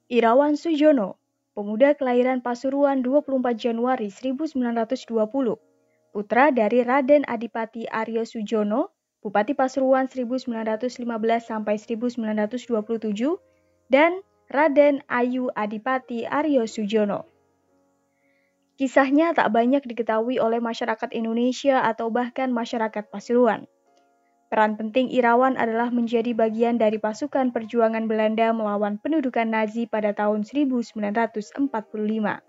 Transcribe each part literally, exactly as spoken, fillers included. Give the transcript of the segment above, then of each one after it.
Irawan Sujono, pemuda kelahiran Pasuruan dua puluh empat Januari seribu sembilan ratus dua puluh, putra dari Raden Adipati Aryo Sujono, Bupati Pasuruan seribu sembilan ratus lima belas sampai seribu sembilan ratus dua puluh tujuh, dan Raden Ayu Adipati Aryo Sujono. Kisahnya tak banyak diketahui oleh masyarakat Indonesia atau bahkan masyarakat Pasuruan. Peran penting Irawan adalah menjadi bagian dari pasukan perjuangan Belanda melawan pendudukan Nazi pada tahun seribu sembilan ratus empat puluh lima.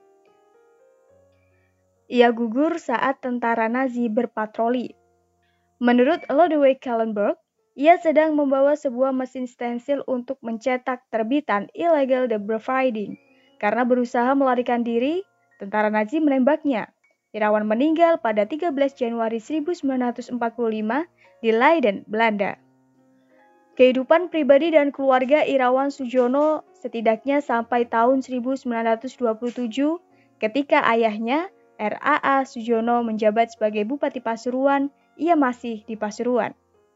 Ia gugur saat tentara Nazi berpatroli. Menurut Lodewijk Kallenberg, ia sedang membawa sebuah mesin stensil untuk mencetak terbitan Illegal de Bevrijding. Karena berusaha melarikan diri, tentara Nazi menembaknya. Irawan meninggal pada tiga belas Januari seribu sembilan ratus empat puluh lima di Leiden, Belanda. Kehidupan pribadi dan keluarga Irawan Sujono setidaknya sampai tahun seribu sembilan ratus dua puluh tujuh ketika ayahnya R A A Sujono menjabat sebagai Bupati Pasuruan, ia masih di Pasuruan.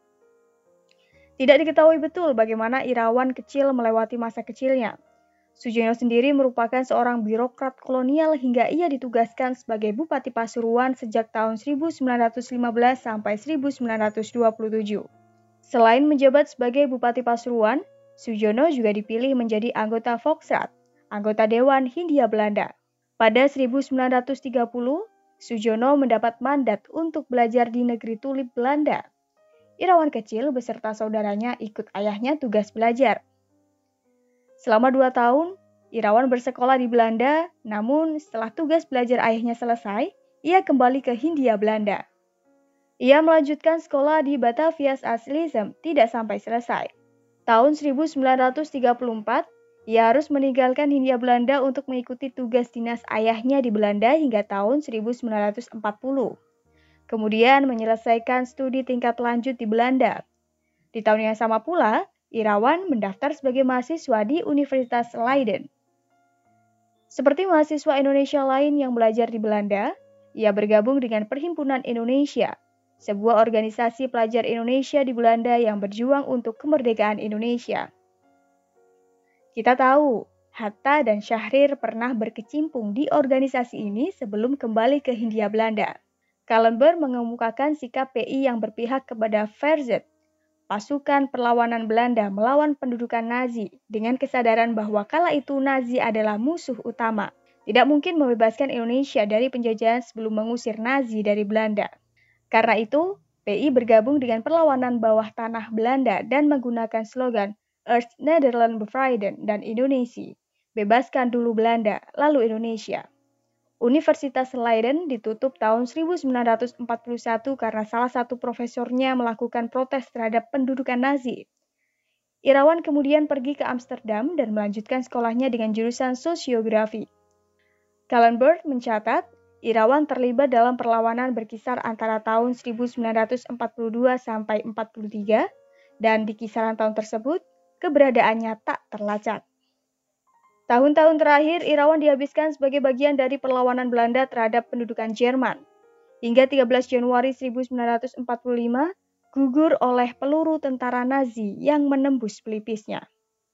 Tidak diketahui betul bagaimana Irawan kecil melewati masa kecilnya. Sujono sendiri merupakan seorang birokrat kolonial hingga ia ditugaskan sebagai Bupati Pasuruan sejak tahun seribu sembilan ratus lima belas sampai seribu sembilan ratus dua puluh tujuh. Selain menjabat sebagai Bupati Pasuruan, Sujono juga dipilih menjadi anggota Volksraad, anggota Dewan Hindia Belanda. Pada seribu sembilan ratus tiga puluh, Sujono mendapat mandat untuk belajar di negeri tulip Belanda. Irawan kecil beserta saudaranya ikut ayahnya tugas belajar. Selama dua tahun, Irawan bersekolah di Belanda, namun setelah tugas belajar ayahnya selesai, ia kembali ke Hindia Belanda. Ia melanjutkan sekolah di Batavias Aslisem tidak sampai selesai. Tahun seribu sembilan ratus tiga puluh empat, ia harus meninggalkan Hindia Belanda untuk mengikuti tugas dinas ayahnya di Belanda hingga tahun seribu sembilan ratus empat puluh. Kemudian menyelesaikan studi tingkat lanjut di Belanda. Di tahun yang sama pula, Irawan mendaftar sebagai mahasiswa di Universitas Leiden. Seperti mahasiswa Indonesia lain yang belajar di Belanda, ia bergabung dengan Perhimpunan Indonesia, sebuah organisasi pelajar Indonesia di Belanda yang berjuang untuk kemerdekaan Indonesia. Kita tahu, Hatta dan Syahrir pernah berkecimpung di organisasi ini sebelum kembali ke Hindia Belanda. Kallenberg mengemukakan sikap P I yang berpihak kepada Verzet, pasukan perlawanan Belanda melawan pendudukan Nazi, dengan kesadaran bahwa kala itu Nazi adalah musuh utama. Tidak mungkin membebaskan Indonesia dari penjajahan sebelum mengusir Nazi dari Belanda. Karena itu, P I bergabung dengan perlawanan bawah tanah Belanda dan menggunakan slogan Eerst Nederland Bevrijden dan Indonesia, bebaskan dulu Belanda, lalu Indonesia. Universitas Leiden ditutup tahun seribu sembilan ratus empat puluh satu karena salah satu profesornya melakukan protes terhadap pendudukan Nazi. Irawan kemudian pergi ke Amsterdam dan melanjutkan sekolahnya dengan jurusan sosiografi. Kallenberg mencatat, Irawan terlibat dalam perlawanan berkisar antara tahun seribu sembilan ratus empat puluh dua sampai empat puluh tiga, dan di kisaran tahun tersebut, keberadaannya tak terlacak. Tahun-tahun terakhir, Irawan dihabiskan sebagai bagian dari perlawanan Belanda terhadap pendudukan Jerman. Hingga tiga belas Januari seribu sembilan ratus empat puluh lima, gugur oleh peluru tentara Nazi yang menembus pelipisnya.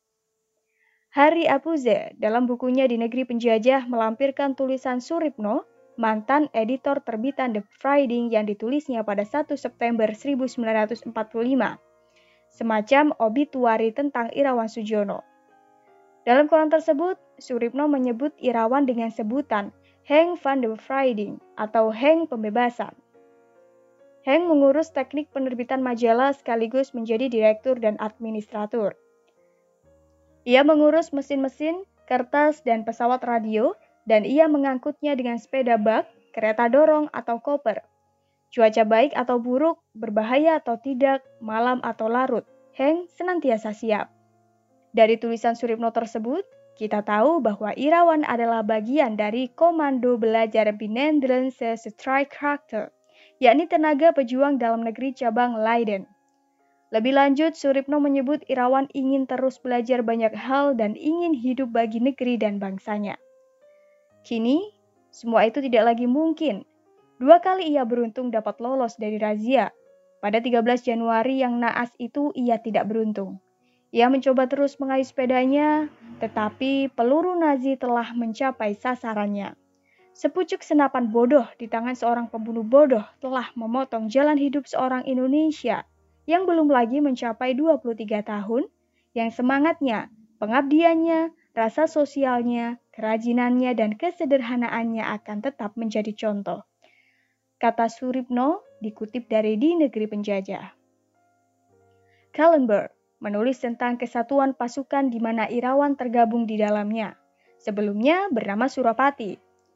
Hari Apuze dalam bukunya Di Negeri Penjajah melampirkan tulisan Suripno, mantan editor terbitan The Bevrijding yang ditulisnya pada satu September seribu sembilan ratus empat puluh lima. Semacam obituari tentang Irawan Sujono. Dalam koran tersebut, Suripno menyebut Irawan dengan sebutan Henk van de Bevrijding atau Henk Pembebasan. Henk mengurus teknik penerbitan majalah sekaligus menjadi direktur dan administratur. Ia mengurus mesin-mesin, kertas, dan pesawat radio, dan ia mengangkutnya dengan sepeda bak, kereta dorong, atau koper. Cuaca baik atau buruk, berbahaya atau tidak, malam atau larut, Henk senantiasa siap. Dari tulisan Suripno tersebut, kita tahu bahwa Irawan adalah bagian dari Komando Belajar Binnenlandse Strijdkrachten, yakni tenaga pejuang dalam negeri cabang Leiden. Lebih lanjut, Suripno menyebut Irawan ingin terus belajar banyak hal dan ingin hidup bagi negeri dan bangsanya. Kini, semua itu tidak lagi mungkin. Dua kali ia beruntung dapat lolos dari razia. Pada tiga belas Januari yang naas itu ia tidak beruntung. Ia mencoba terus mengayuh sepedanya, tetapi peluru Nazi telah mencapai sasarannya. Sepucuk senapan bodoh di tangan seorang pembunuh bodoh telah memotong jalan hidup seorang Indonesia yang belum lagi mencapai dua puluh tiga tahun, yang semangatnya, pengabdiannya, rasa sosialnya, kerajinannya, dan kesederhanaannya akan tetap menjadi contoh. Kata Suripno dikutip dari Di Negeri Penjajah. Kallenberg menulis tentang kesatuan pasukan di mana Irawan tergabung di dalamnya. Sebelumnya bernama Surapati.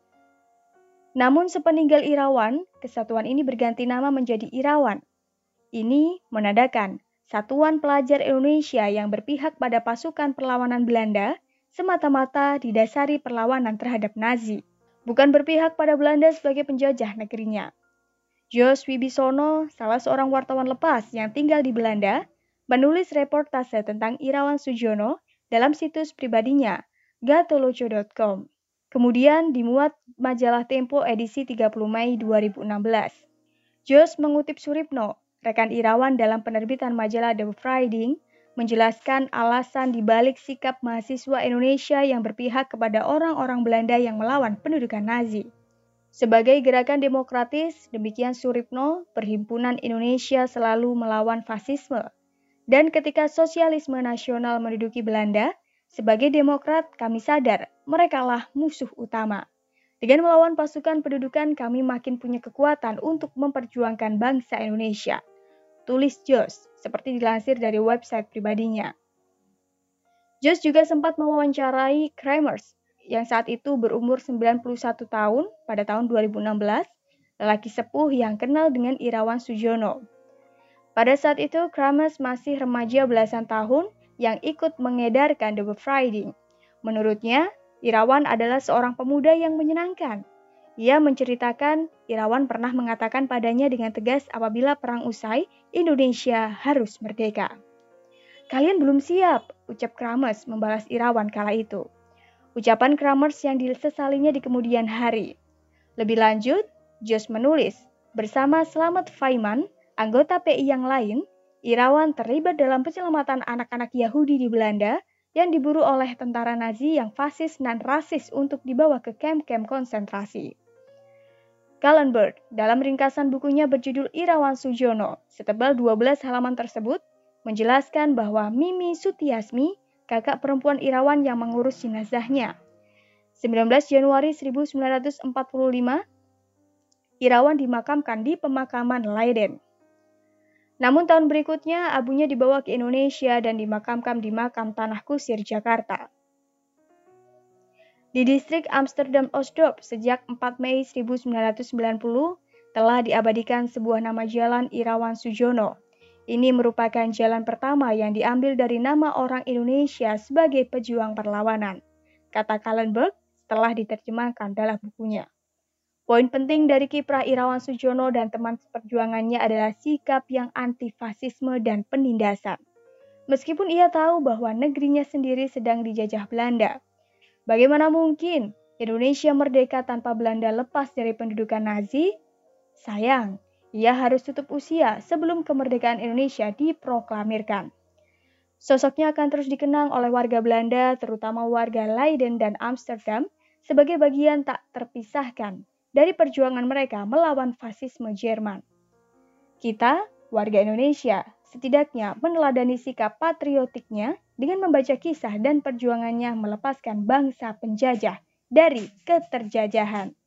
Namun sepeninggal Irawan, kesatuan ini berganti nama menjadi Irawan. Ini menandakan Satuan Pelajar Indonesia yang berpihak pada pasukan perlawanan Belanda semata-mata didasari perlawanan terhadap Nazi, bukan berpihak pada Belanda sebagai penjajah negerinya. Jos Wibisono, salah seorang wartawan lepas yang tinggal di Belanda, menulis reportase tentang Irawan Sujono dalam situs pribadinya, gatoloco dot com. Kemudian dimuat majalah Tempo edisi tiga puluh Mei dua ribu enam belas. Jos mengutip Suripno, rekan Irawan dalam penerbitan majalah The Friday, menjelaskan alasan dibalik sikap mahasiswa Indonesia yang berpihak kepada orang-orang Belanda yang melawan pendudukan Nazi. Sebagai gerakan demokratis, demikian Suripno, Perhimpunan Indonesia selalu melawan fasisme. Dan ketika sosialisme nasional menduduki Belanda, sebagai demokrat kami sadar merekalah musuh utama. Dengan melawan pasukan pendudukan kami makin punya kekuatan untuk memperjuangkan bangsa Indonesia. Tulis Jos, seperti dilansir dari website pribadinya. Jos juga sempat mewawancarai Kremers, yang saat itu berumur sembilan puluh satu tahun pada tahun dua ribu enam belas, lelaki sepuh yang kenal dengan Irawan Sujono. Pada saat itu, Kremers masih remaja belasan tahun yang ikut mengedarkan The Friday. Menurutnya, Irawan adalah seorang pemuda yang menyenangkan. Ia menceritakan Irawan pernah mengatakan padanya dengan tegas apabila perang usai, Indonesia harus merdeka. Kalian belum siap, ucap Kremers membalas Irawan kala itu. Ucapan Kremers yang disesalinya di kemudian hari. Lebih lanjut, Jos menulis, bersama Slamet Faiman, anggota P I yang lain, Irawan terlibat dalam penyelamatan anak-anak Yahudi di Belanda yang diburu oleh tentara Nazi yang fasis dan rasis untuk dibawa ke kamp-kamp konsentrasi. Kallenberg, dalam ringkasan bukunya berjudul Irawan Sujono, setebal dua belas halaman tersebut, menjelaskan bahwa Mimi Sutiasmi, kakak perempuan Irawan yang mengurus jenazahnya. sembilan belas Januari seribu sembilan ratus empat puluh lima, Irawan dimakamkan di pemakaman Leiden. Namun tahun berikutnya abunya dibawa ke Indonesia dan dimakamkan di makam Tanah Kusir, Jakarta. Di distrik Amsterdam-Osdorp sejak empat Mei seribu sembilan ratus sembilan puluh telah diabadikan sebuah nama jalan Irawan Sujono. Ini merupakan jalan pertama yang diambil dari nama orang Indonesia sebagai pejuang perlawanan, kata Kallenberg setelah diterjemahkan dalam bukunya. Poin penting dari kiprah Irawan Sujono dan teman seperjuangannya adalah sikap yang anti-fasisme dan penindasan. Meskipun ia tahu bahwa negerinya sendiri sedang dijajah Belanda. Bagaimana mungkin Indonesia merdeka tanpa Belanda lepas dari pendudukan Nazi? Sayang, ia harus tutup usia sebelum kemerdekaan Indonesia diproklamirkan. Sosoknya akan terus dikenang oleh warga Belanda, terutama warga Leiden dan Amsterdam, sebagai bagian tak terpisahkan dari perjuangan mereka melawan fasisme Jerman. Kita, warga Indonesia, setidaknya meneladani sikap patriotiknya dengan membaca kisah dan perjuangannya melepaskan bangsa penjajah dari keterjajahan.